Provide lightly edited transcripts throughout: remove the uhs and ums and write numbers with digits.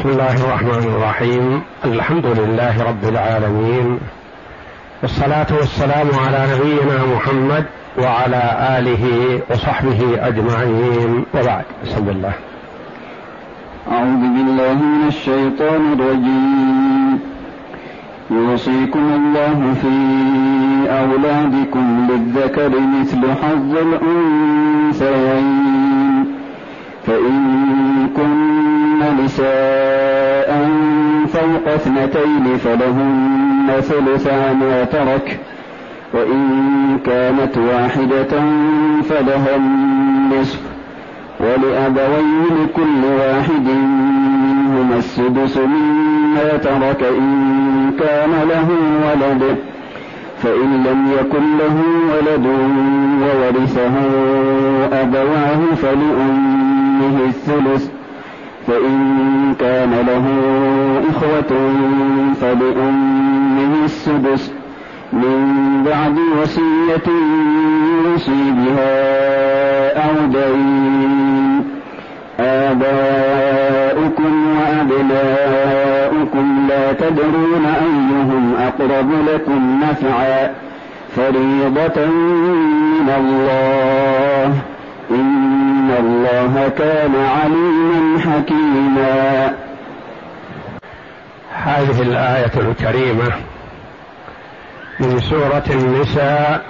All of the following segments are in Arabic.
بسم الله الرحمن الرحيم. الحمد لله رب العالمين، والصلاة والسلام على نبينا محمد وعلى آله وصحبه أجمعين، وبعد. بسم الله. أعوذ بالله من الشيطان الرجيم. يوصيكم الله في أولادكم للذكر مثل حظ الأنثيين، فإن كن نساء فوق 2 فلهن ثلثا ما ترك، وإن كانت واحدة فلها النصف، ولأبويه لكل واحد منهما السدس مما ترك إن كان له ولد، فإن لم يكن له ولد وورثه أبواه فلأمه الثلث، فإن كان له إخوة فلأمه السدس من بعد وصية يوصي بها أو دين. آباؤكم وأبناؤكم لا تدرون أيهم أقرب لكم نفعا، فريضة من الله، إن الله كان عليما حكيما. هذه الآية الكريمة من سورة النساء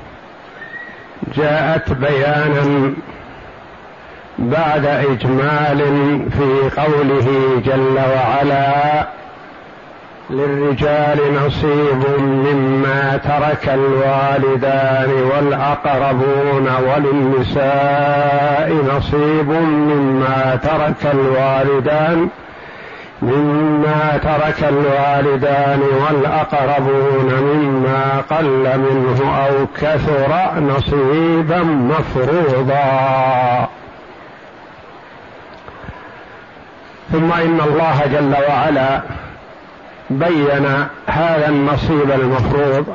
جاءت بيانا بعد إجمال في قوله جل وعلا: للرجال نصيب مما ترك الوالدان والأقربون، وللنساء نصيب مما ترك الوالدان والأقربون مما قل منه أو كثر نصيبا مفروضا. ثم إن الله جل وعلا بين هذا النصيب المفروض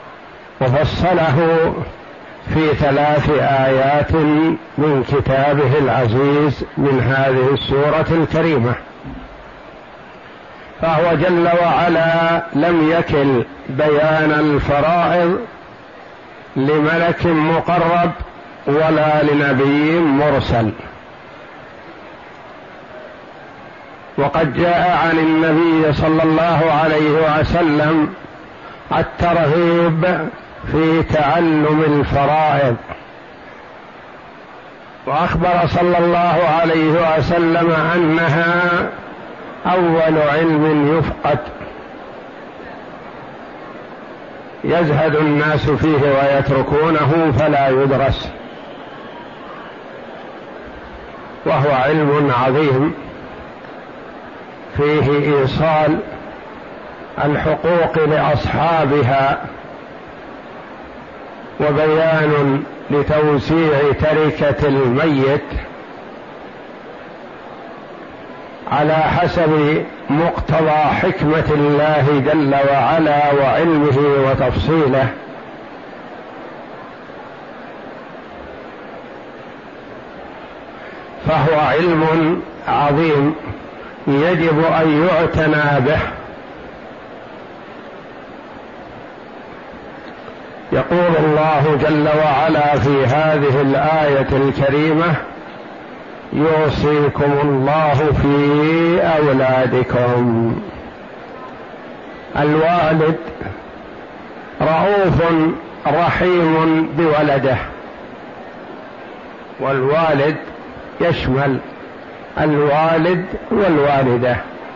وفصله في 3 آيات من كتابه العزيز من هذه السورة الكريمة. فهو جل وعلا لم يكل بيان الفرائض لملك مقرب ولا لنبي مرسل، وقد جاء عن النبي صلى الله عليه وسلم الترغيب في تعلم الفرائض، وأخبر صلى الله عليه وسلم أنها أول علم يفقد يزهد الناس فيه ويتركونه فلا يدرس، وهو علم عظيم فيه إيصال الحقوق لأصحابها وبيان لتوزيع تركة الميت على حسب مقتضى حكمة الله جل وعلا وعلمه وتفصيله. فهو علم عظيم يجب أن يعتنى به. يقول الله جل وعلا في هذه الآية الكريمة: يوصيكم الله في أولادكم. الوالد رؤوف رحيم بولده، والوالد يشمل الوالد والوالدة،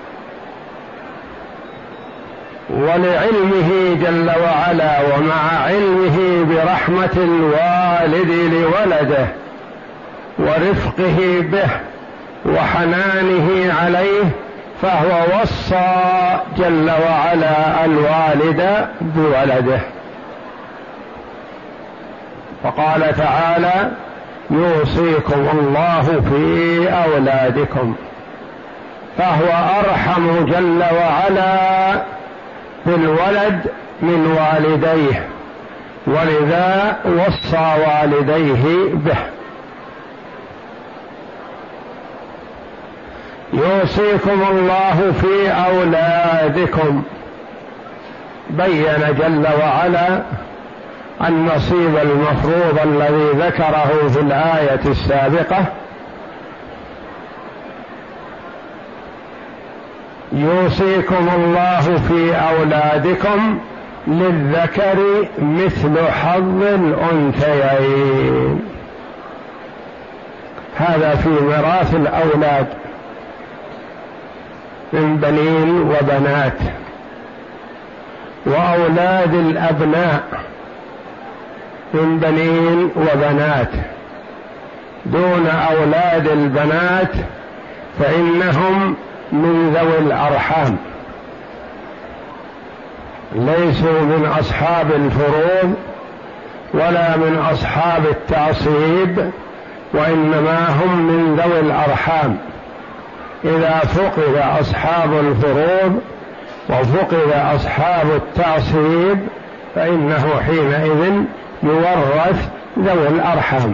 ولعلمه جل وعلا ومع علمه برحمة الوالد لولده ورفقه به وحنانه عليه، فهو وصى جل وعلا الوالد بولده، فقال تعالى: يوصيكم الله في أولادكم، فهو أرحم جل وعلا بالولد من والديه، ولذا وصى والديه به. يوصيكم الله في أولادكم. بين جل وعلا النصيب المفروض الذي ذكره في الآية السابقة. يوصيكم الله في أولادكم للذكر مثل حظ الأنثيين. هذا في ميراث الأولاد من بنين وبنات، وأولاد الأبناء من بنين وبنات، دون أولاد البنات فإنهم من ذوي الأرحام، ليسوا من أصحاب الفروض ولا من أصحاب التعصيب، وإنما هم من ذوي الأرحام. إذا فقد أصحاب الفروض وفقد أصحاب التعصيب فإنه حينئذ يورث ذوي الأرحام.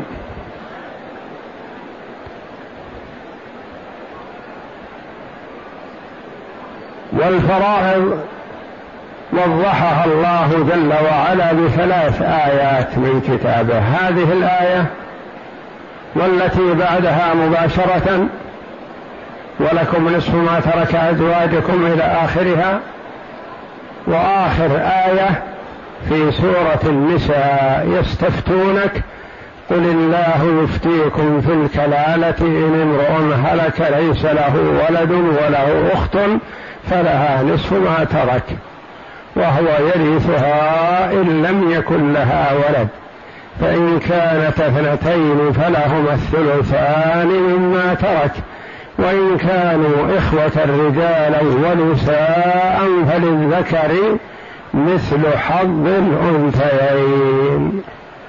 والفرائض وضحها الله جل وعلا بثلاث آيات من كتابه، هذه الآية والتي بعدها مباشرة ولكم نصف ما ترك أزواجكم إلى آخرها، وآخر آية في سورة النساء يستفتونك قل الله يفتيكم في الكلالة إن امرؤ هلك ليس له ولد وله أخت فلها نصف ما ترك وهو يرثها إن لم يكن لها ولد، فإن كانت اثنتين فلهما الثلثان مما ترك، وإن كانوا إخوة رجالا ونساء فللذكر مثل حظ الأنثيين.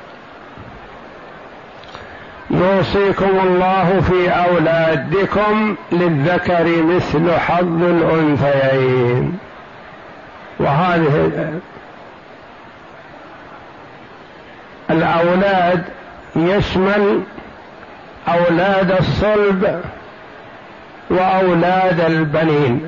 يوصيكم الله في أولادكم للذكر مثل حظ الأنثيين. وهذه الأولاد يشمل أولاد الصلب وأولاد البنين.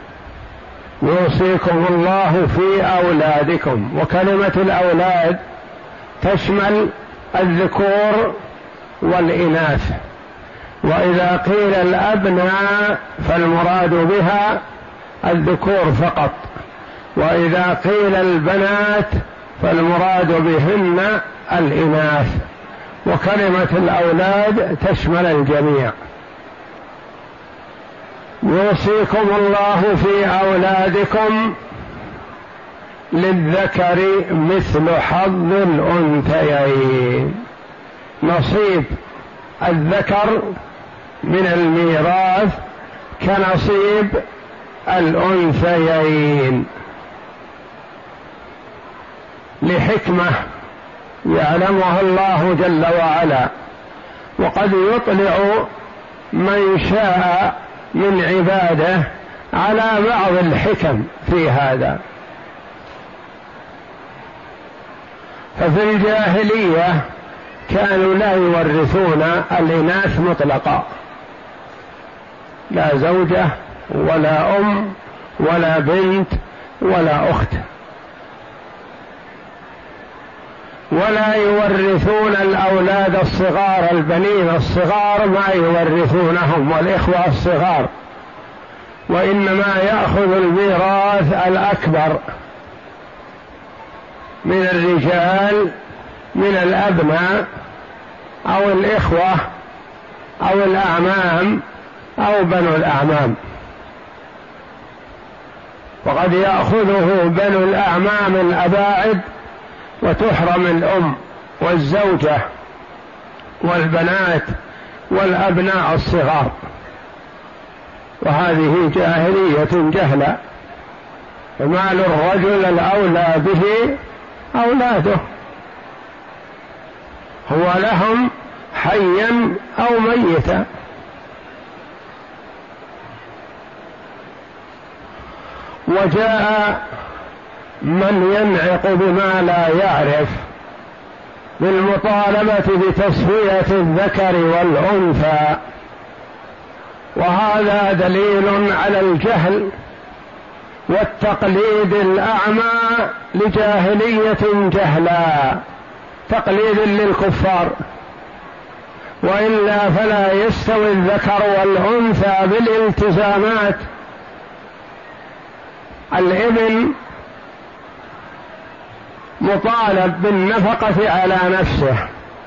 يوصيكم الله في أولادكم، وكلمة الأولاد تشمل الذكور والإناث، وإذا قيل الأبناء فالمراد بها الذكور فقط، وإذا قيل البنات فالمراد بهن الإناث، وكلمة الأولاد تشمل الجميع. يوصيكم الله في أولادكم للذكر مثل حظ الأنثيين، نصيب الذكر من الميراث كنصيب الأنثيين، لحكمة يعلمها الله جل وعلا، وقد يطلع من شاء من عباده على بعض الحكم في هذا. ففي الجاهلية كانوا لا يورثون الإناث مطلقا، لا زوجة ولا أم ولا بنت ولا أخت، ولا يورثون الأولاد الصغار البنين الصغار ما يورثونهم والإخوة الصغار، وإنما يأخذ الميراث الأكبر من الرجال من الأبناء أو الإخوة أو الأعمام أو بنو الأعمام. وقد يأخذه بنو الأعمام الأباعد وتحرم الأم والزوجة والبنات والأبناء الصغار، وهذه جاهلية جهلة، ومال الرجل الأولى به أولاده، هو لهم حيا أو ميتا. وجاء من ينعق بما لا يعرف بالمطالبة بتسوية الذكر والأنثى، وهذا دليل على الجهل والتقليد الأعمى لجاهلية جهلا، تقليد للكفار، وإلا فلا يستوي الذكر والأنثى بالالتزامات. الابن مطالب بالنفقة على نفسه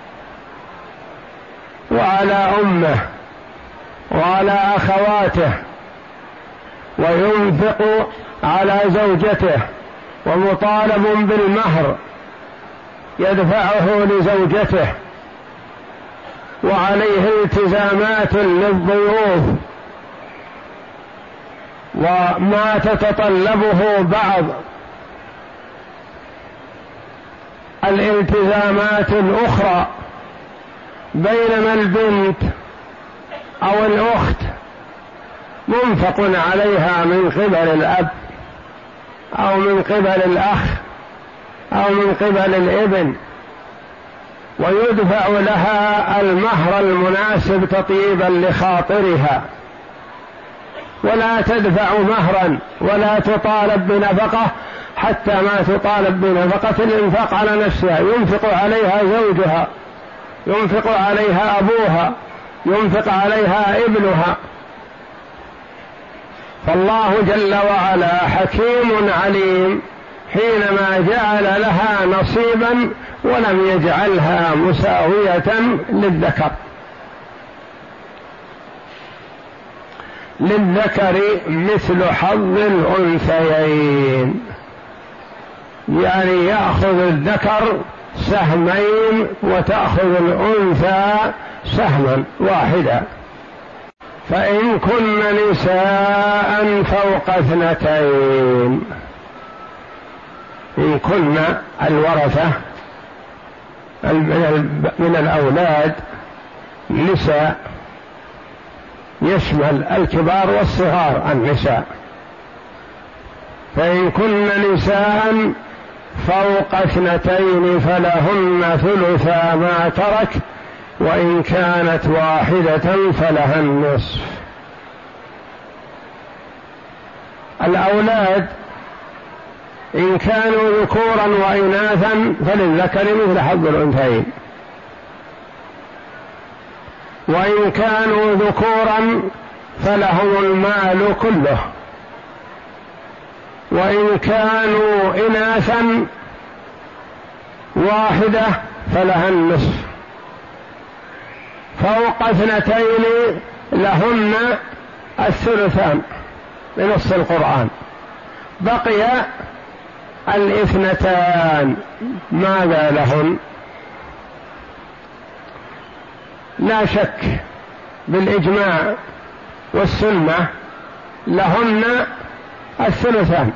وعلى أمه وعلى أخواته، وينفق على زوجته، ومطالب بالمهر يدفعه لزوجته، وعليه التزامات للضيوف وما تتطلبه بعض الالتزامات الأخرى، بينما البنت أو الأخت منفق عليها من قبل الأب أو من قبل الأخ أو من قبل الابن، ويدفع لها المهر المناسب تطيبا لخاطرها، ولا تدفع مهرا ولا تطالب بنفقة حتى ما تطالب بنفقة الإنفاق على نفسها. ينفق عليها زوجها، ينفق عليها أبوها، ينفق عليها ابنها. فالله جل وعلا حكيم عليم حينما جعل لها نصيبا ولم يجعلها مساوية للذكر. للذكر مثل حظ الأنثيين، يعني يأخذ الذكر سهمين وتأخذ الأنثى سهما واحدا. فإن كن نساء فوق 2، إن كن الورثة من الأولاد نساء، يشمل الكبار والصغار النساء، فإن كن نساء فوق 2 فلهن ثلثا ما ترك، وإن كانت واحدة فلها النصف. الأولاد إن كانوا ذكورا وإناثا فللذكر مثل حظ الأنثيين، وإن كانوا ذكورا فلهم المال كله، وإن كانوا إناثا واحدة فلها النصف. فوق 2 لهن الثلثان بنص القرآن. بقي 2 ماذا لهن؟ لا شك بالإجماع والسنة لهن الثلثان.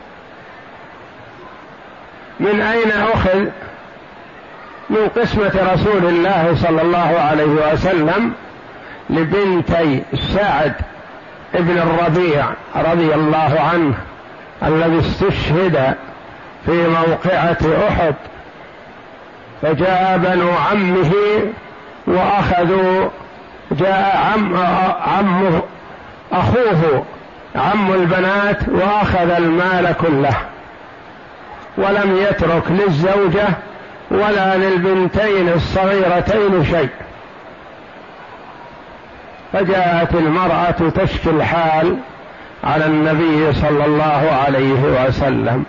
من أين أخذ؟ من قسمة رسول الله صلى الله عليه وسلم لبنتي سعد ابن الربيع رضي الله عنه الذي استشهد في موقعة أحد، فجاء بنو عمه وأخذوا، جاء عمه أخوه عم البنات وأخذ المال كله، ولم يترك للزوجة ولا للبنتين الصغيرتين شيء. فجاءت المرأة تشكي الحال على النبي صلى الله عليه وسلم،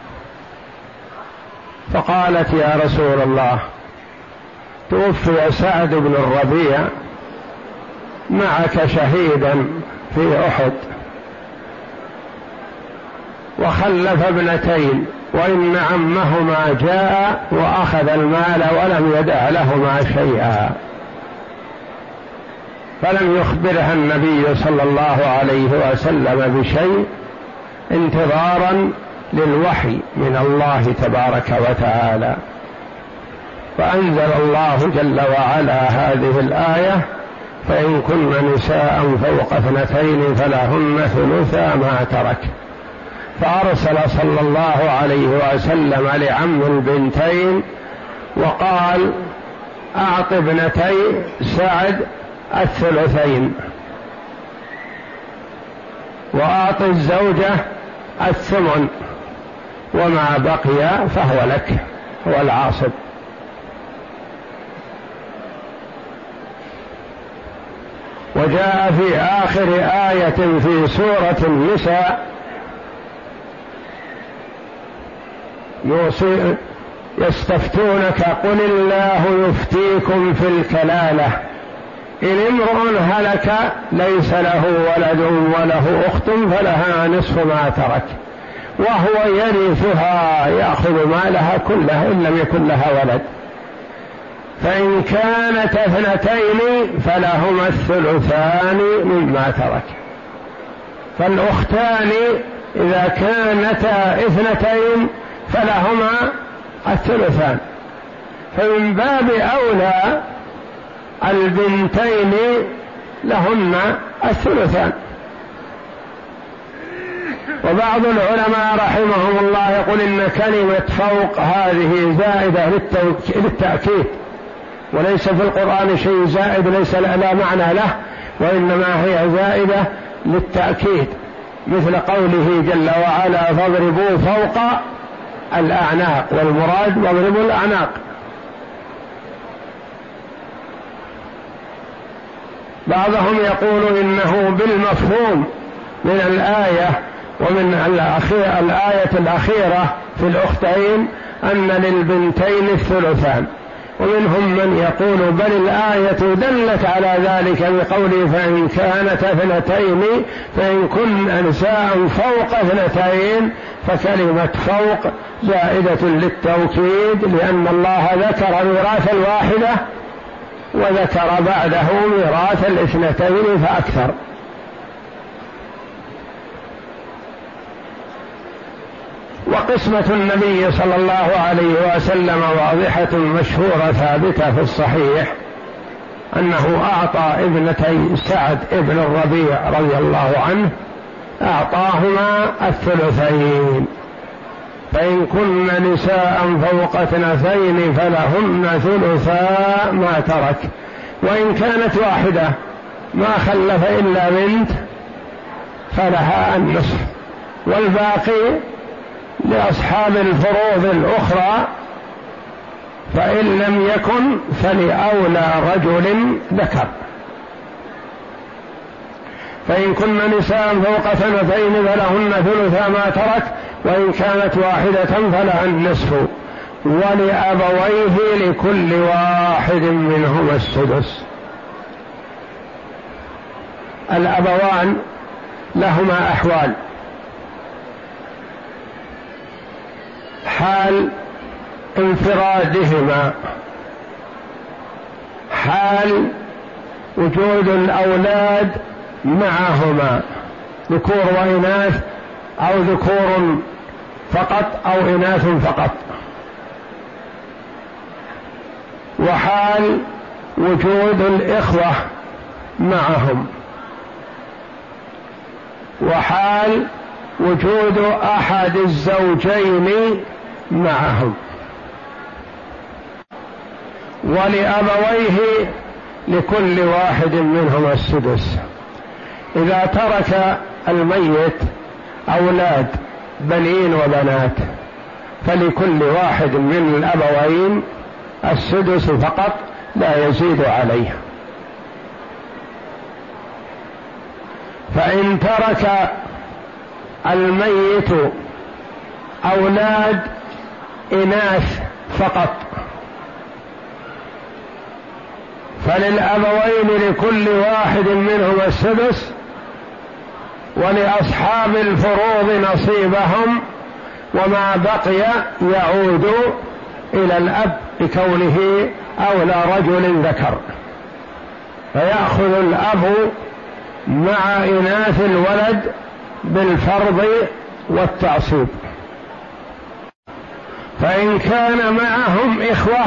فقالت: يا رسول الله، توفي سعد بن الربيع معك شهيدا في أحد، وخلف 2، وإن عمهما جاء وأخذ المال ولم يدع لهما شيئا. فلم يخبرها النبي صلى الله عليه وسلم بشيء انتظارا للوحي من الله تبارك وتعالى. فأنزل الله جل وعلا هذه الآية: فإن كن نساء فوق 2 فلهن ثلثا ما ترك. فأرسل صلى الله عليه وسلم لعم البنتين وقال: أعط ابنتي سعد الثلثين. وأعط الزوجة الثمن، وما بقي فهو لك، هو العاصب. وجاء في آخر آية في سورة النساء يستفتونك قل الله يفتيكم في الكلالة إن امرؤ هلك ليس له ولد وله أخت فلها نصف ما ترك وهو يرثها يأخذ مالها كله إن لم يكن لها ولد، فإن كانت اثنتين فلهما الثلثان مما ترك. فالأختان إذا كانتا اثنتين فلهما الثلثان، فمن باب أولى البنتين لهن الثلثان. وبعض العلماء رحمهم الله يقول إن كلمة فوق هذه زائدة للتأكيد، وليس في القرآن شيء زائد ليس لا معنى له، وإنما هي زائدة للتأكيد، مثل قوله جل وعلا فاضربوا فوق الأعناق، والمراد واضربوا الأعناق. بعضهم يقول إنه بالمفهوم من الآية ومن الآية الأخيرة في الأختين أن للبنتين الثلثان، ومنهم من يقول بل الآية دلت على ذلك بقوله فإن كانت اثنتين فإن كن نساء فوق اثنتين، فكلمة فوق زائدة للتوكيد، لأن الله ذكر ميراث الواحدة وذكر بعده ميراث الاثنتين فأكثر. وقسمة النبي صلى الله عليه وسلم واضحة مشهورة ثابتة في الصحيح أنه أعطى ابنتي سعد ابن الربيع رضي الله عنه أعطاهما الثلثين، فإن كن نساء فوق اثنتين فلهن ثلثا ما ترك، وإن كانت واحدة ما خلف إلا بنت فلها النصف، والباقي لأصحاب الفروض الأخرى، فإن لم يكن فلأولى رجل ذكر. فإن كن نساء فوق اثنتين فلهن ثلثا ما ترك، وإن كانت واحدة فلها النصف، ولأبويه لكل واحد منهما السدس. الأبوان لهما أحوال: حال انفرادهما، حال وجود الأولاد معهما ذكور وإناث أو ذكور فقط أو إناث فقط، وحال وجود الإخوة معهم، وحال وجود أحد الزوجين معهم. ولأبويه لكل واحد منهما السدس. إذا ترك الميت أولاد بنين وبنات فلكل واحد من الأبوين السدس فقط لا يزيد عليه. فإن ترك الميت أولاد إناث فقط فللأبوين لكل واحد منهما السدس، ولأصحاب الفروض نصيبهم، وما بقي يعود إلى الأب بكونه أولى رجل ذكر، فيأخذ الأب مع إناث الولد بالفرض والتعصيب. فإن كان معهم إخوة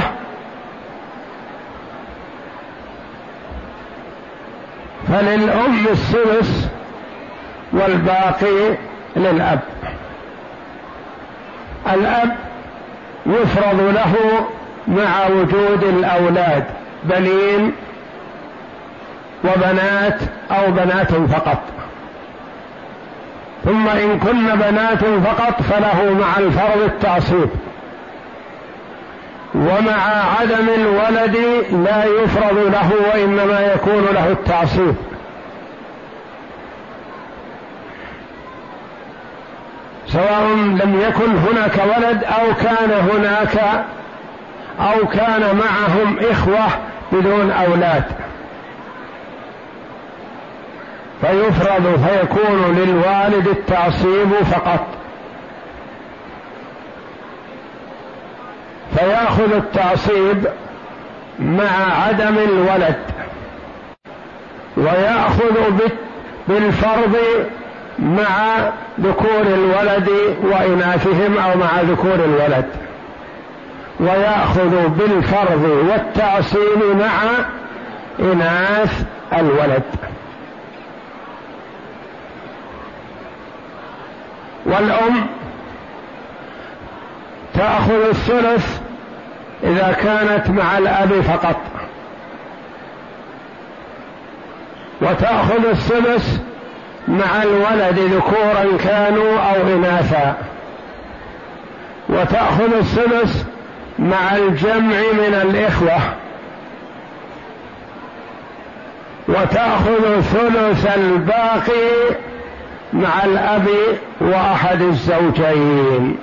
فللأم السدس والباقي للأب. الأب يفرض له مع وجود الأولاد بنين وبنات أو بنات فقط، ثم إن كن بنات فقط فله مع الفرض التعصيب، ومع عدم الولد لا يفرض له وإنما يكون له التعصيب. سواء لم يكن هناك ولد أو كان معهم إخوة بدون أولاد، فيفرض فيكون للوالد التعصيب فقط، فيأخذ التعصيب مع عدم الولد، ويأخذ بالفرض مع ذكور الولد وإناثهم أو مع ذكور الولد، ويأخذ بالفرض والتعصيب مع إناث الولد. والأم تأخذ الثلث إذا كانت مع الأب فقط، وتأخذ الثلث مع الولد ذكورا كانوا أو إناثا، وتأخذ الثلث مع الجمع من الإخوة، وتأخذ ثلث الباقي مع الأب وأحد الزوجين.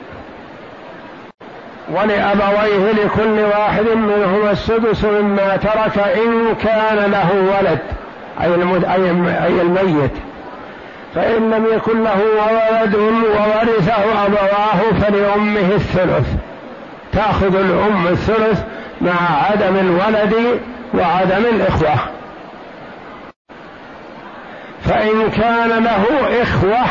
ولأبويه لكل واحد منهما السدس مما ترك إن كان له ولد، أي الميت، فإن لم يكن له ولد وورثه أبواه فلأمه الثلث، تأخذ الأم الثلث مع عدم الولد وعدم الإخوة. فإن كان له إخوة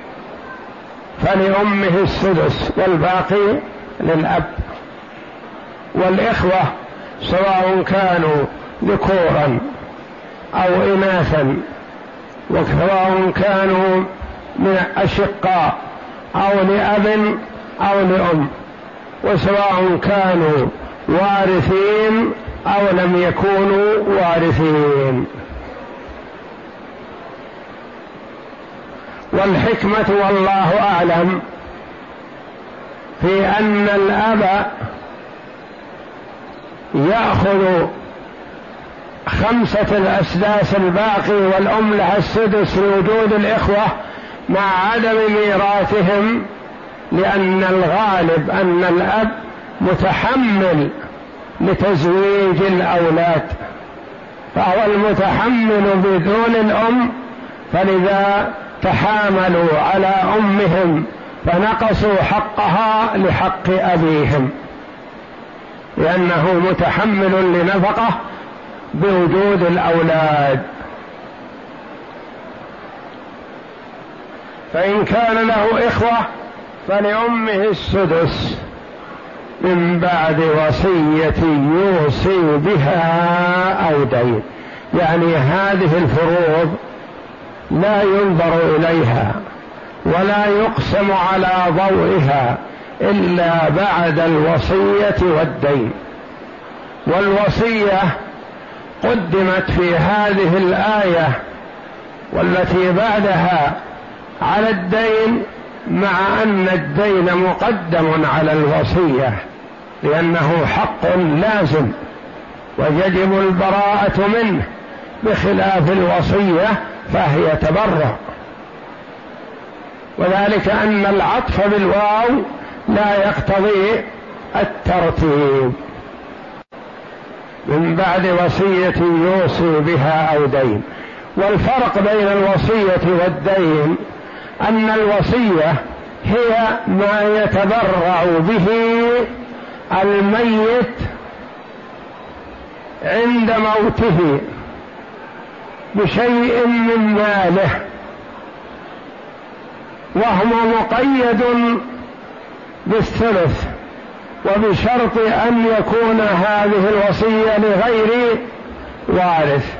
فلأمه السدس والباقي للأب. والإخوة سواء كانوا ذكورا أو إناثا، وسواء كانوا من أشقاء أو لأب أو لأم، وسواء كانوا وارثين أو لم يكونوا وارثين. والحكمة والله أعلم في أن الأب يأخذ 5 الأسداس الباقي والأم لها السدس لوجود الإخوة مع عدم ميراثهم، لأن الغالب أن الأب متحمل لتزويج الأولاد، فهو المتحمل بدون الأم، فلذا تحاملوا على أمهم فنقصوا حقها لحق أبيهم، لأنه متحمل لنفقه بوجود الأولاد. فإن كان له إخوة فلأمه السدس من بعد وصية يوصي بها أو دين. يعني هذه الفروض لا ينظر إليها ولا يقسم على ضوئها إلا بعد الوصية والدين. والوصية قدمت في هذه الآية والتي بعدها على الدين، مع أن الدين مقدم على الوصية لأنه حق لازم ويجب البراءة منه، بخلاف الوصية فهي تبرع. وذلك أن العطف بالواو لا يقتضي الترتيب. من بعد وصية يوصي بها أو دين. والفرق بين الوصية والدين أن الوصية هي ما يتبرع به الميت عند موته بشيء من ماله، وهو مقيد بالثلث، وبشرط أن يكون هذه الوصية لغير وارث.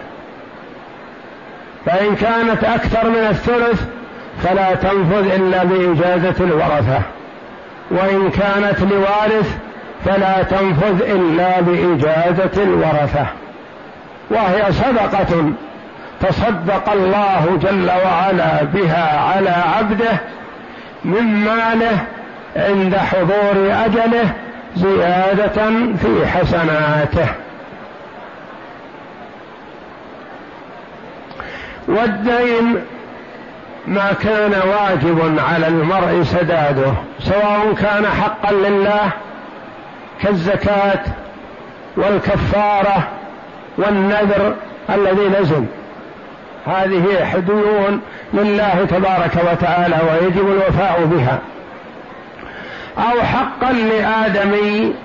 فإن كانت أكثر من الثلث فلا تنفذ إلا بإجازة الورثة، وإن كانت لوارث فلا تنفذ إلا بإجازة الورثة، وهي صدقة تصدق الله جل وعلا بها على عبده من ماله عند حضور أجله زيادة في حسناته. والدين ما كان واجب على المرء سداده، سواء كان حقا لله كالزكاة والكفارة والنذر الذي لزم، هذه ديون لله تبارك وتعالى ويجب الوفاء بها، أو حقا لآدمي،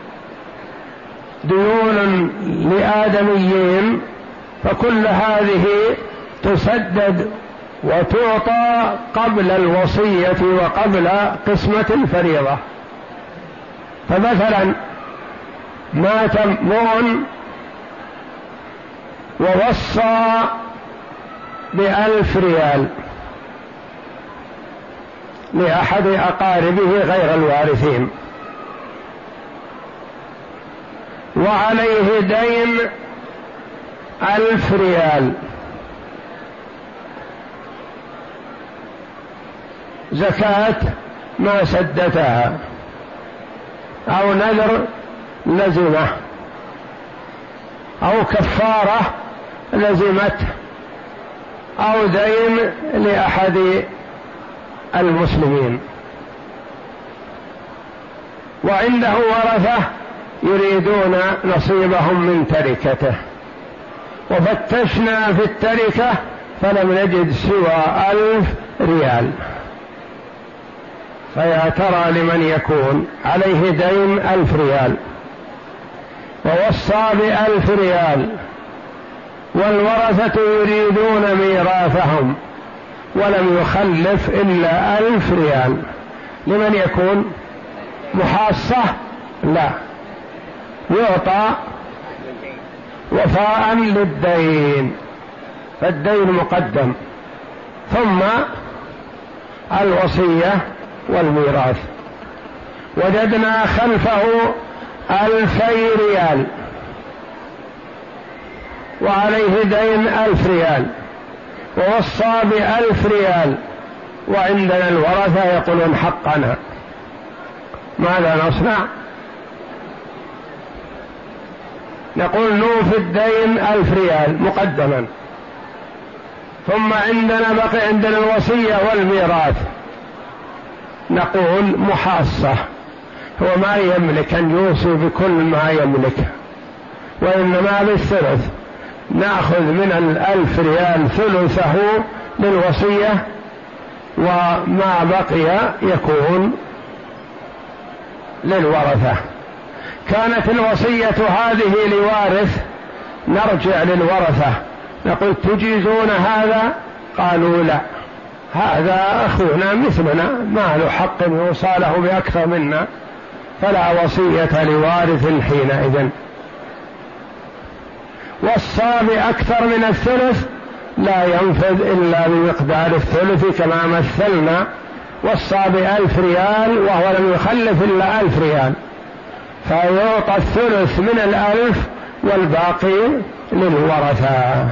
ديون لآدميين، فكل هذه تسدد وتعطى قبل الوصية وقبل قسمة الفريضة. فمثلا مات امرؤ ووصى ب1,000 ريال لأحد أقاربه غير الوارثين، وعليه دين 1,000 ريال، زكاة ما سدتها، أو نذر لزمه، أو كفارة لزمته، أو دين لأحد المسلمين، وعنده ورثة يريدون نصيبهم من تركته، وفتشنا في التركة فلم نجد سوى 1,000 ريال، فيا ترى لمن يكون عليه دين 1,000 ريال ووصى ب1,000 ريال، والورثة يريدون ميراثهم ولم يخلف إلا 1,000 ريال، لمن يكون؟ محاصة؟ لا، يعطى وفاء للدين، فالدين مقدم، ثم الوصية والميراث. وجدنا خلفه 2,000 ريال وعليه دين 1,000 ريال ووصى ب1,000 ريال، وعندنا الورثة يقولون حقنا، ماذا نصنع؟ نقول نوفي الدين 1,000 ريال مقدما، ثم بقي عندنا الوصية والميراث، نقول محاصة، هو ما يملك أن يوصي بكل ما يملكه، وإنما بالثلث، نأخذ من 1,000 ريال ثلثه للوصية، وما بقي يكون للورثة. كانت الوصية هذه لوارث، نرجع للورثة نقول تجيزون هذا؟ قالوا لا، هذا أخونا مثلنا ما له حق يوصى له بأكثر منا، فلا وصية لوارث حينئذ. وصى بأكثر من الثلث لا ينفذ إلا بمقدار الثلث كما مثلنا، وصى ب1,000 ريال وهو لم يخلف إلا 1,000 ريال، فيعطى الثلث من 1,000 والباقي للورثة.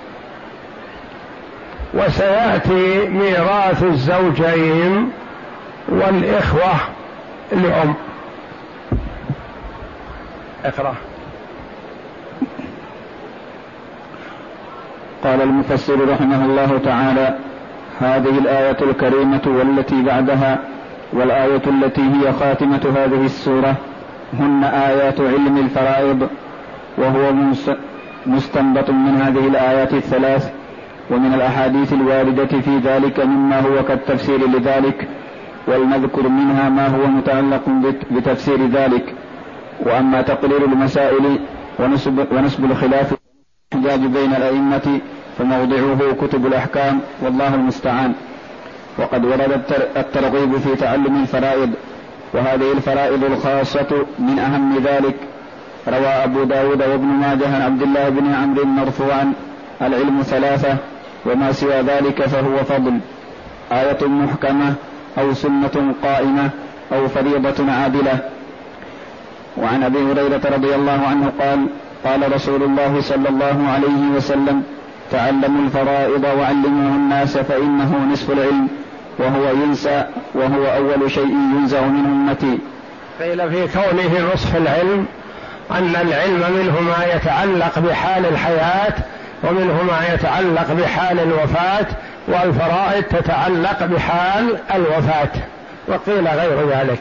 وسيأتي ميراث الزوجين والإخوة لأم. اقرأ. قال المفسر رحمه الله تعالى: هذه الآية الكريمة والتي بعدها والآية التي هي خاتمة هذه السورة هن آيات علم الفرائض، وهو مستنبط من هذه الآيات الثلاث ومن الأحاديث الواردة في ذلك مما هو كالتفسير لذلك، ولنذكر منها ما هو متعلق بتفسير ذلك. وأما تقرير المسائل ونسب الخلاف والحجاج بين الأئمة فموضعه كتب الأحكام، والله المستعان. وقد ورد الترغيب في تعلم الفرائض، وهذه الفرائض الخاصة من أهم ذلك. روى أبو داود وابن ماجه عن عبد الله بن عمرو مرفوعا: العلم ثلاثة وما سوى ذلك فهو فضل، آية محكمة أو سنة قائمة أو فريضة عادلة. وعن أبي هريرة رضي الله عنه قال: قال رسول الله صلى الله عليه وسلم: تعلموا الفرائض وعلموه الناس فإنه نصف العلم وهو ينسى وهو أول شيء ينزع من أمتي. قيل في كونه نصف العلم أن العلم منه ما يتعلق بحال الحياة ومنه ما يتعلق بحال الوفاة، والفرائض تتعلق بحال الوفاة، وقيل غير ذلك.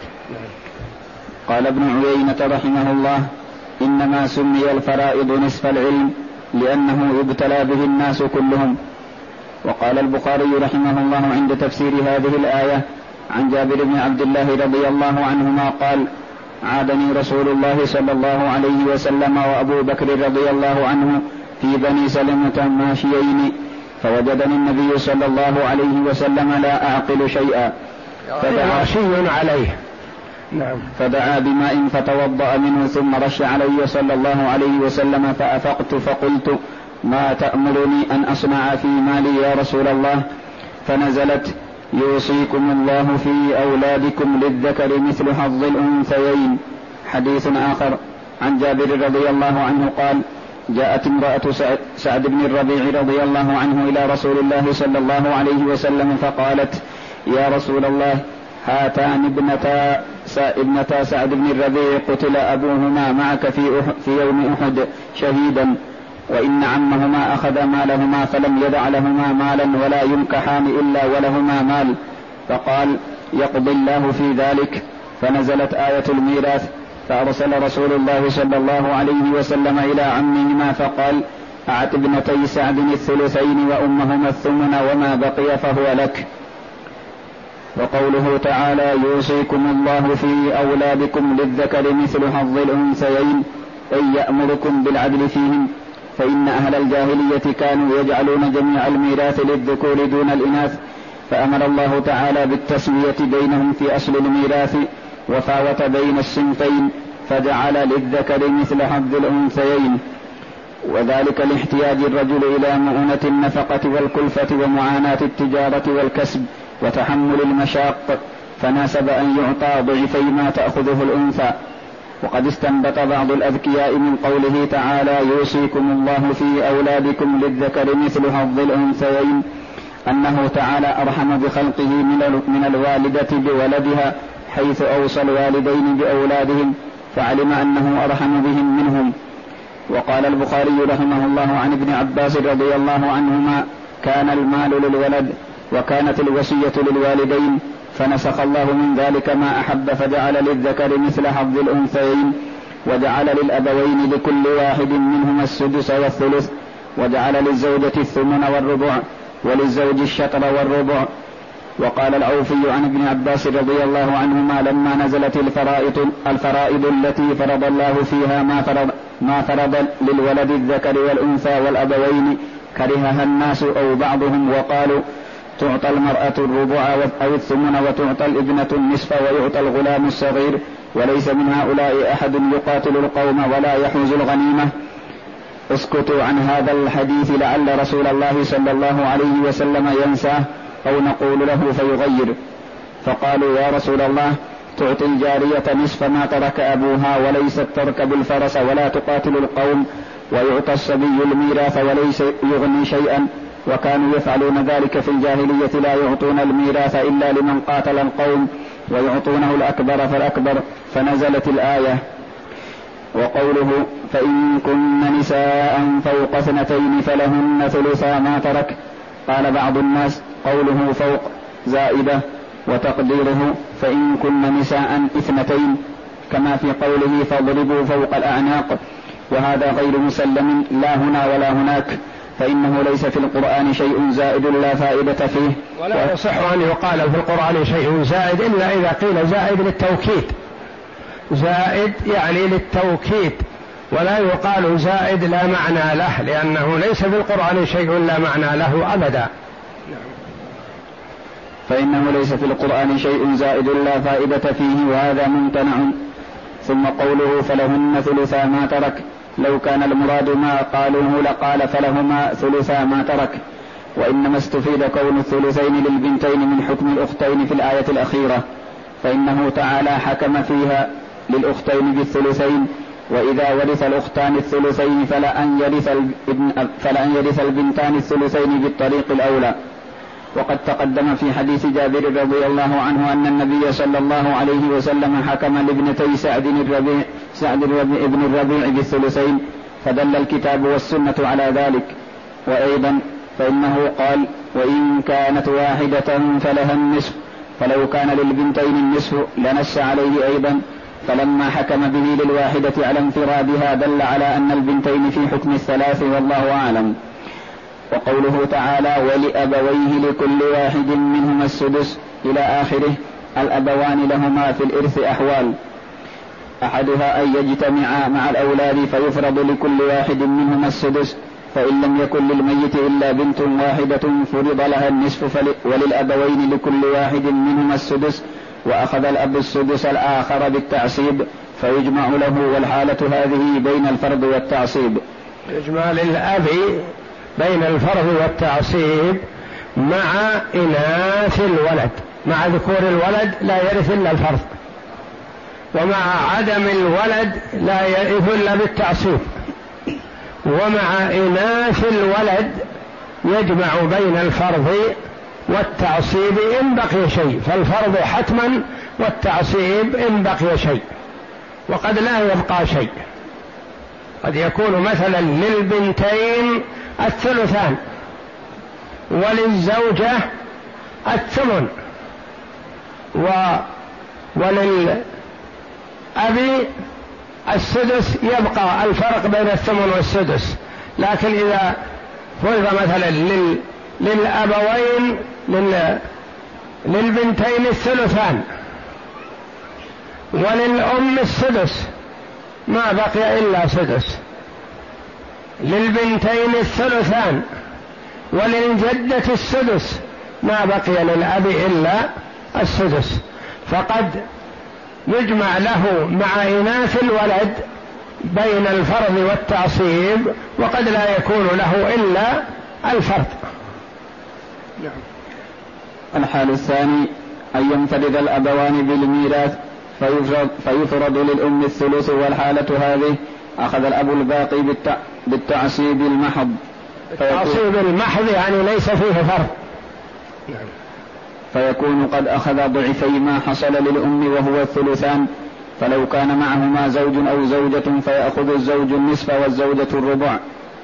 قال ابن عيينة رحمه الله: إنما سمي الفرائض نصف العلم لأنه يبتلى به الناس كلهم. وقال البخاري رحمه الله عند تفسير هذه الآية عن جابر بن عبد الله رضي الله عنهما قال: عادني رسول الله صلى الله عليه وسلم وأبو بكر رضي الله عنه في بني سلمة ماشيين، فوجدني النبي صلى الله عليه وسلم لا أعقل شيئا ماشي عليه. نعم. فدعا بماء فتوضأ منه ثم رش علي صلى الله عليه وسلم فأفقت فقلت: ما تأمرني أن أصنع في مالي يا رسول الله؟ فنزلت: يوصيكم الله في أولادكم للذكر مثل حظ الأنثيين. حديث آخر عن جابر رضي الله عنه قال: جاءت امرأة سعد بن الربيع رضي الله عنه إلى رسول الله صلى الله عليه وسلم فقالت: يا رسول الله، هاتان ابنتا سعد بن الربيع قتل أبوهما معك في يوم أحد شهيدا، وإن عمهما أخذ مالهما فلم يدع لهما مالا ولا ينكحان إلا ولهما مال. فقال: يقضي الله في ذلك. فنزلت آية الميراث، فأرسل رسول الله صلى الله عليه وسلم إلى عمهما فقال: أعط ابنتي سعد الثلثين وأمهما الثمن وما بقي فهو لك. وقوله تعالى: يوصيكم الله في أولادكم للذكر مثل حظ الأنثيين، أي يأمركم بالعدل فيهم، فإن أهل الجاهلية كانوا يجعلون جميع الميراث للذكور دون الإناث، فأمر الله تعالى بالتسوية بينهم في أصل الميراث وفاوت بين الصنفين، فجعل للذكر مثل حظ الأنثيين، وذلك لاحتياج الرجل إلى مؤونة النفقة والكلفة ومعاناة التجارة والكسب وتحمل المشاق، فناسب أن يعطى ضعفي ما تأخذه الأنثى. وقد استنبط بعض الأذكياء من قوله تعالى: يوصيكم الله في أولادكم للذكر مثل حظ الأنثيين أنه تعالى أرحم بخلقه من الوالدة بولدها، حيث أوصى الوالدين بأولادهم فعلم أنه أرحم بهم منهم. وقال البخاري رحمه الله عن ابن عباس رضي الله عنهما: كان المال للولد وكانت الوصية للوالدين، فنسخ الله من ذلك ما أحب فجعل للذكر مثل حظ الأنثيين، وجعل للأبوين لكل واحد منهما السدس والثلث، وجعل للزوجة الثمن والربع وللزوج الشطر والربع. وقال العوفي عن ابن عباس رضي الله عنهما: لما نزلت الفرائض التي فرض الله فيها ما فرض للولد الذكر والأنثى والأبوين كرهها الناس أو بعضهم، وقالوا: تعطى المرأة الربع أو الثمن وتعطى الابنة النصف ويعطى الغلام الصغير، وليس من هؤلاء أحد يقاتل القوم ولا يحوز الغنيمة. اسكتوا عن هذا الحديث لعل رسول الله صلى الله عليه وسلم ينساه أو نقول له فيغير. فقالوا: يا رسول الله، تعطي الجارية نصف ما ترك أبوها وليست تركب الفرس ولا تقاتل القوم، ويعطى الصبي الميراث وليس يغني شيئا، وكانوا يفعلون ذلك في الجاهلية، لا يعطون الميراث إلا لمن قاتل القوم ويعطونه الأكبر فالأكبر. فنزلت الآية. وقوله: فإن كن نساء فوق 2 فلهن ثلثا ما ترك. قال بعض الناس: قوله فوق زائدة، وتقديره فإن كن نساء 2، كما في قوله: فاضربوا فوق الأعناق. وهذا غير مسلم لا هنا ولا هناك، فإنه ليس في القرآن شيء زائد لا فائدة فيه، ولا يصح أن يقال في القرآن شيء زائد إلا إذا قيل زائد للتوكيد، زائد يعني للتوكيد، ولا يقال زائد لا معنى له، لأنه ليس في القرآن شيء لا معنى له أبدا. فإنه ليس في القرآن شيء زائد لا فائدة فيه، وهذا ممتنع. ثم قوله: فلهن ثلثا ما ترك، لو كان المراد ما قالوه لقال: فلهما ثلثا ما ترك، وإنما استفيد كون الثلثين للبنتين من حكم الأختين في الآية الأخيرة، فإنه تعالى حكم فيها للأختين بالثلثين وإذا ورث الأختان الثلثين فلأن يرث البنتان الثلثين بالطريق الأولى. وقد تقدم في حديث جابر رضي الله عنه أن النبي صلى الله عليه وسلم حكم لابنتي سعد بن الربيع بالثلثين، فدل الكتاب والسنة على ذلك. وأيضا فإنه قال: وإن كانت واحدة فلها النصف، فلو كان للبنتين النصف لنص عليه أيضا، فلما حكم به للواحدة على انفرادها دل على أن البنتين في حكم الثلاث، والله أعلم. وقوله تعالى: ولأبويه لكل واحد منهما السدس إلى آخره، الأبوان لهما في الإرث أحوال: أحدها أن يجتمعا مع الأولاد فيفرض لكل واحد منهما السدس، فإن لم يكن للميت إلا بنت واحدة فرض لها النصف، وللأبوين لكل واحد منهما السدس، وأخذ الأب السدس الآخر بالتعصيب فيجمع له، والحالة هذه بين الفرض والتعصيب. يجمع للأب بين الفرض والتعصيب مع إناث الولد، مع ذكور الولد لا يرث إلا الفرض، ومع عدم الولد لا يرث إلا بالتعصيب، ومع إناث الولد يجمع بين الفرض والتعصيب إن بقي شيء، فالفرض حتما والتعصيب إن بقي شيء، وقد لا يبقى شيء. قد يكون مثلا للبنتين الثلثان وللزوجة الثمن وللأب السدس، يبقى الفرق بين الثمن والسدس. لكن إذا فرض مثلا للأبوين للبنتين الثلثان وللأم السدس ما بقي إلا سدس، للبنتين الثلثان وللجدة السدس ما بقي للأب إلا السدس، فقد يجمع له مع إناث الولد بين الفرض والتعصيب، وقد لا يكون له إلا الفرض. الحال الثاني أن ينفرد الأبوان بالميراث فيفرض للأم الثلث، والحالة هذه أخذ الأب الباقي بالتعصيب المحض. التعصيب المحض يعني ليس فيه فرض، فيكون قد أخذ ضعفي ما حصل للأم وهو الثلثان، فلو كان معهما زوج أو زوجة فيأخذ الزوج النصف والزوجة الربع.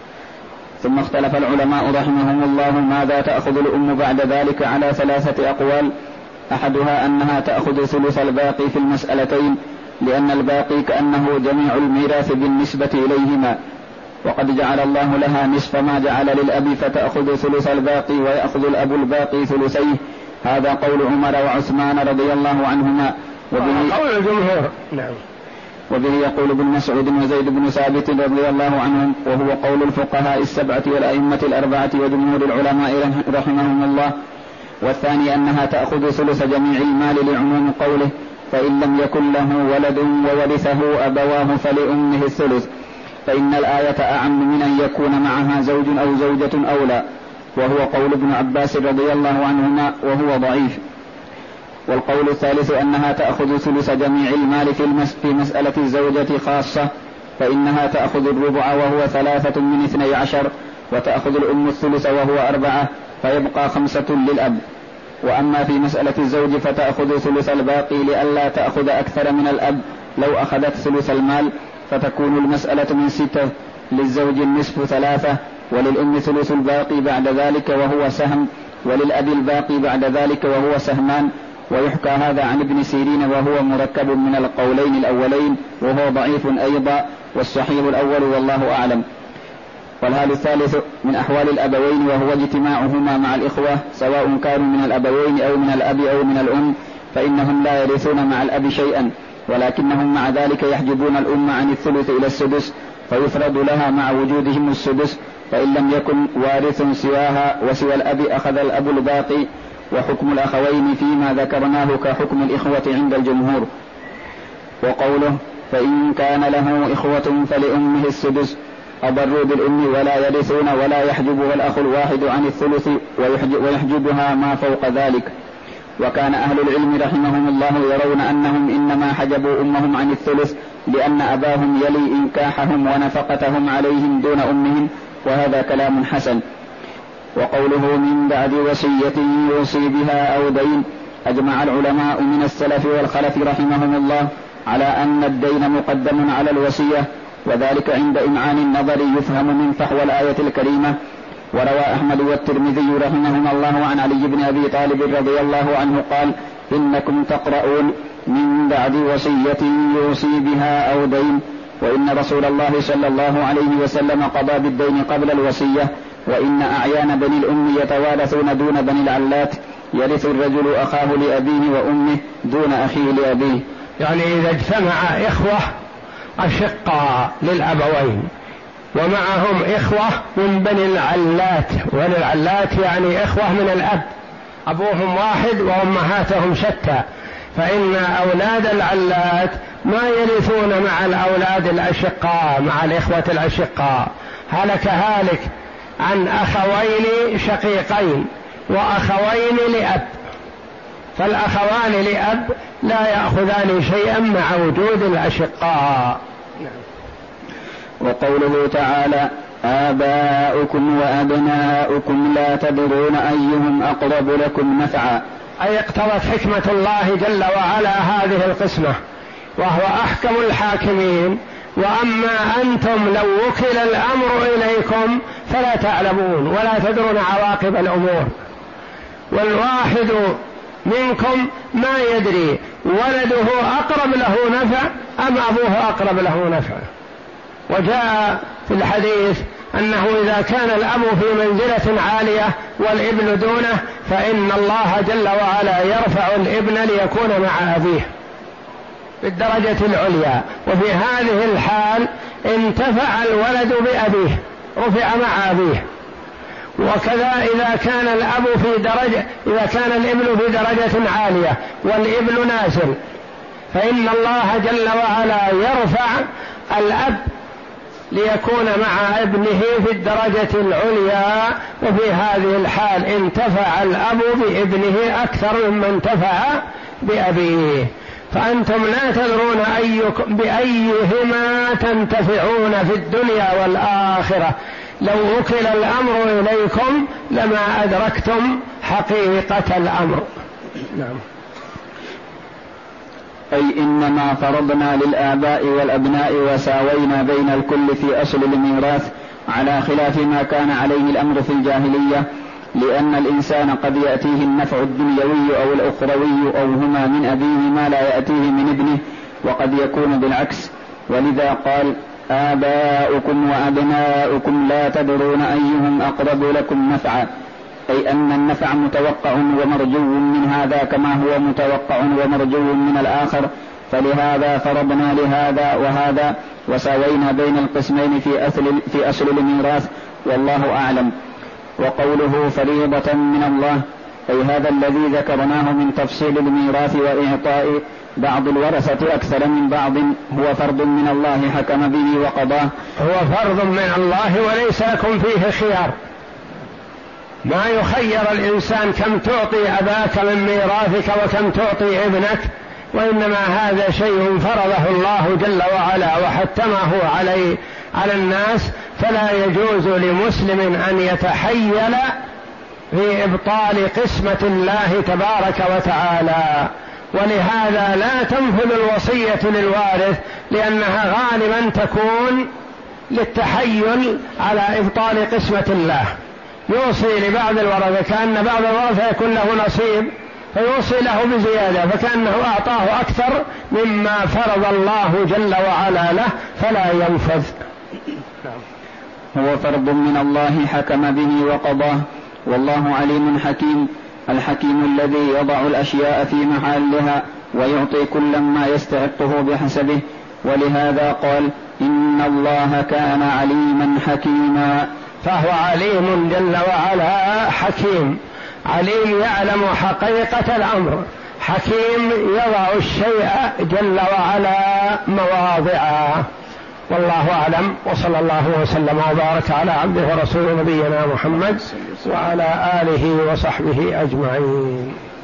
ثم اختلف العلماء رحمهم الله ماذا تأخذ الأم بعد ذلك على 3 أقوال: أحدها أنها تأخذ ثلث الباقي في المسألتين، لأن الباقي كأنه جميع الميراث بالنسبة إليهما، وقد جعل الله لها نصف ما جعل للأب، فتأخذ ثلث الباقي ويأخذ الأب الباقي ثلثيه. هذا قول عمر وعثمان رضي الله عنهما، قول الجمهور. نعم. وبه يقول ابن مسعود وزيد بن ثابت رضي الله عنهم، وهو قول الفقهاء 7 والأئمة 4 وجمهور العلماء رحمهم الله. والثاني أنها تأخذ ثلث جميع المال لعموم قوله: فإن لم يكن له ولد وورثه أبواه فلأمه الثلث، فإن الآية أعم من أن يكون معها زوج أو زوجة أو لا، وهو قول ابن عباس رضي الله عنهما وهو ضعيف. والقول الثالث أنها تأخذ ثلث جميع المال في مسألة الزوجة خاصة، فإنها تأخذ الربع وهو 3 من 12، وتأخذ الأم الثلث وهو 4، فيبقى 5 للأب. وأما في مسألة الزوج فتأخذ ثلث الباقي لئلا تأخذ أكثر من الأب لو أخذت ثلث المال، فتكون المسألة من 6، للزوج النصف 3، وللأم ثلث الباقي بعد ذلك وهو سهم، وللأب الباقي بعد ذلك وهو سهمان. ويحكى هذا عن ابن سيرين وهو مركب من القولين الأولين، وهو ضعيف أيضا، والصحيح الأول والله أعلم. والحال الثالث من أحوال الأبوين وهو اجتماعهما مع الإخوة، سواء كانوا من الأبوين أو من الأب أو من الأم، فإنهم لا يرثون مع الأب شيئا، ولكنهم مع ذلك يحجبون الأم عن الثلث إلى السدس، فيفرض لها مع وجودهم السدس، فإن لم يكن وارث سواها وسوى الأب أخذ الأب الباقي. وحكم الأخوين فيما ذكرناه كحكم الإخوة عند الجمهور. وقوله: فإن كان له إخوة فلأمه السدس، أضروا بالأم ولا يرثون ولا يحجبها الأخ الواحد عن الثلث ويحجبها ما فوق ذلك. وكان أهل العلم رحمهم الله يرون أنهم إنما حجبوا أمهم عن الثلث لأن أباهم يلي إنكاحهم ونفقتهم عليهم دون أمهم، وهذا كلام حسن. وقوله من بعد وصية يوصي بها أو دين، أجمع العلماء من السلف والخلف رحمهم الله على أن الدين مقدم على الوصية، وذلك عند إمعان النظر يفهم من فحوى الآية الكريمة. وروى أحمد والترمذي رحمهما الله عن علي بن أبي طالب رضي الله عنه قال: إنكم تقرؤون من بعد وصية يوصي بها أو دين، وإن رسول الله صلى الله عليه وسلم قضى بالدين قبل الوصية، وإن أعيان بني الأم يتوارثون دون بني العلات، يرث الرجل أخاه لأبيه وأمه دون أخيه لأبيه. يعني إذا اجتمع إخوة أشقاء للأبوين ومعهم إخوة من بني العلات، بني العلات يعني إخوة من الأب، أبوهم واحد وأمهاتهم شتى، فإن أولاد العلات ما يرثون مع الأولاد الأشقاء، مع الإخوة الأشقاء. هلك هالك عن أخوين شقيقين وأخوين لأب، فالأخوان لأب لا يأخذان شيئا مع وجود الأشقاء. وقوله تعالى: آباؤكم وأبناؤكم لا تدرون أيهم أقرب لكم نفعا، أي اقتضت حكمة الله جل وعلا هذه القسمة، وهو أحكم الحاكمين. وأما أنتم لو وكل الأمر إليكم فلا تعلمون ولا تدرون عواقب الأمور، والواحد منكم ما يدري ولده أقرب له نفع أم أبوه أقرب له نفع. وجاء في الحديث أنه إذا كان الأب في منزلة عالية والابن دونه فإن الله جل وعلا يرفع الابن ليكون مع أبيه بالدرجة العليا، وفي هذه الحال انتفع الولد بأبيه، رفع مع أبيه. وكذا إذا كان الأب في درجة، إذا كان الابن في درجة عالية والابن نازل فإن الله جل وعلا يرفع الأب ليكون مع ابنه في الدرجة العليا، وفي هذه الحال انتفع الأب بابنه أكثر مما انتفع بأبيه. فأنتم لا تدرون بأيهما تنتفعون في الدنيا والآخرة، لو وكل الأمر إليكم لما أدركتم حقيقة الأمر. نعم. أي إنما فرضنا للآباء والأبناء وساوينا بين الكل في أصل الميراث على خلاف ما كان عليه الأمر في الجاهلية، لأن الإنسان قد يأتيه النفع الدنيوي أو الأخروي أو هما من أبيه ما لا يأتيه من ابنه، وقد يكون بالعكس. ولذا قال: آباؤكم وأبناؤكم لا تدرون أيهم أقرب لكم نفعا، أي أن النفع متوقع ومرجو من هذا كما هو متوقع ومرجو من الآخر، فلهذا فرضنا لهذا وهذا وساوينا بين القسمين في أصل الميراث، والله أعلم. وقوله فريضة من الله، أي هذا الذي ذكرناه من تفصيل الميراث وإعطاء بعض الورثة أكثر من بعض هو فرض من الله حكم به وقضاه. هو فرض من الله وليس لكم فيه خيار، ما يخير الإنسان كم تعطي أباك من ميراثك وكم تعطي ابنك، وإنما هذا شيء فرضه الله جل وعلا وحتمه على الناس، فلا يجوز لمسلم أن يتحيل في إبطال قسمة الله تبارك وتعالى. ولهذا لا تنفذ الوصية للوارث، لأنها غالبا تكون للتحيل على إبطال قسمة الله. يوصي لبعض الورثة كأن بعض الورثة يكون له نصيب فيوصي له بزيادة، فكأنه أعطاه أكثر مما فرض الله جل وعلا له، فلا ينفذ. هو فرض من الله حكم به وقضاه، والله عليم حكيم، الحكيم الذي يضع الأشياء في محلها ويعطي كل ما يستحقه بحسبه. ولهذا قال: إن الله كان عليما حكيما. فهو عليم جل وعلا حكيم، عليم يعلم حقيقة الأمر، حكيم يضع الشيء جل وعلا مواضعه. والله أعلم، وصلى الله وسلم وبارك على عبده ورسوله نبينا محمد وعلى آله وصحبه أجمعين.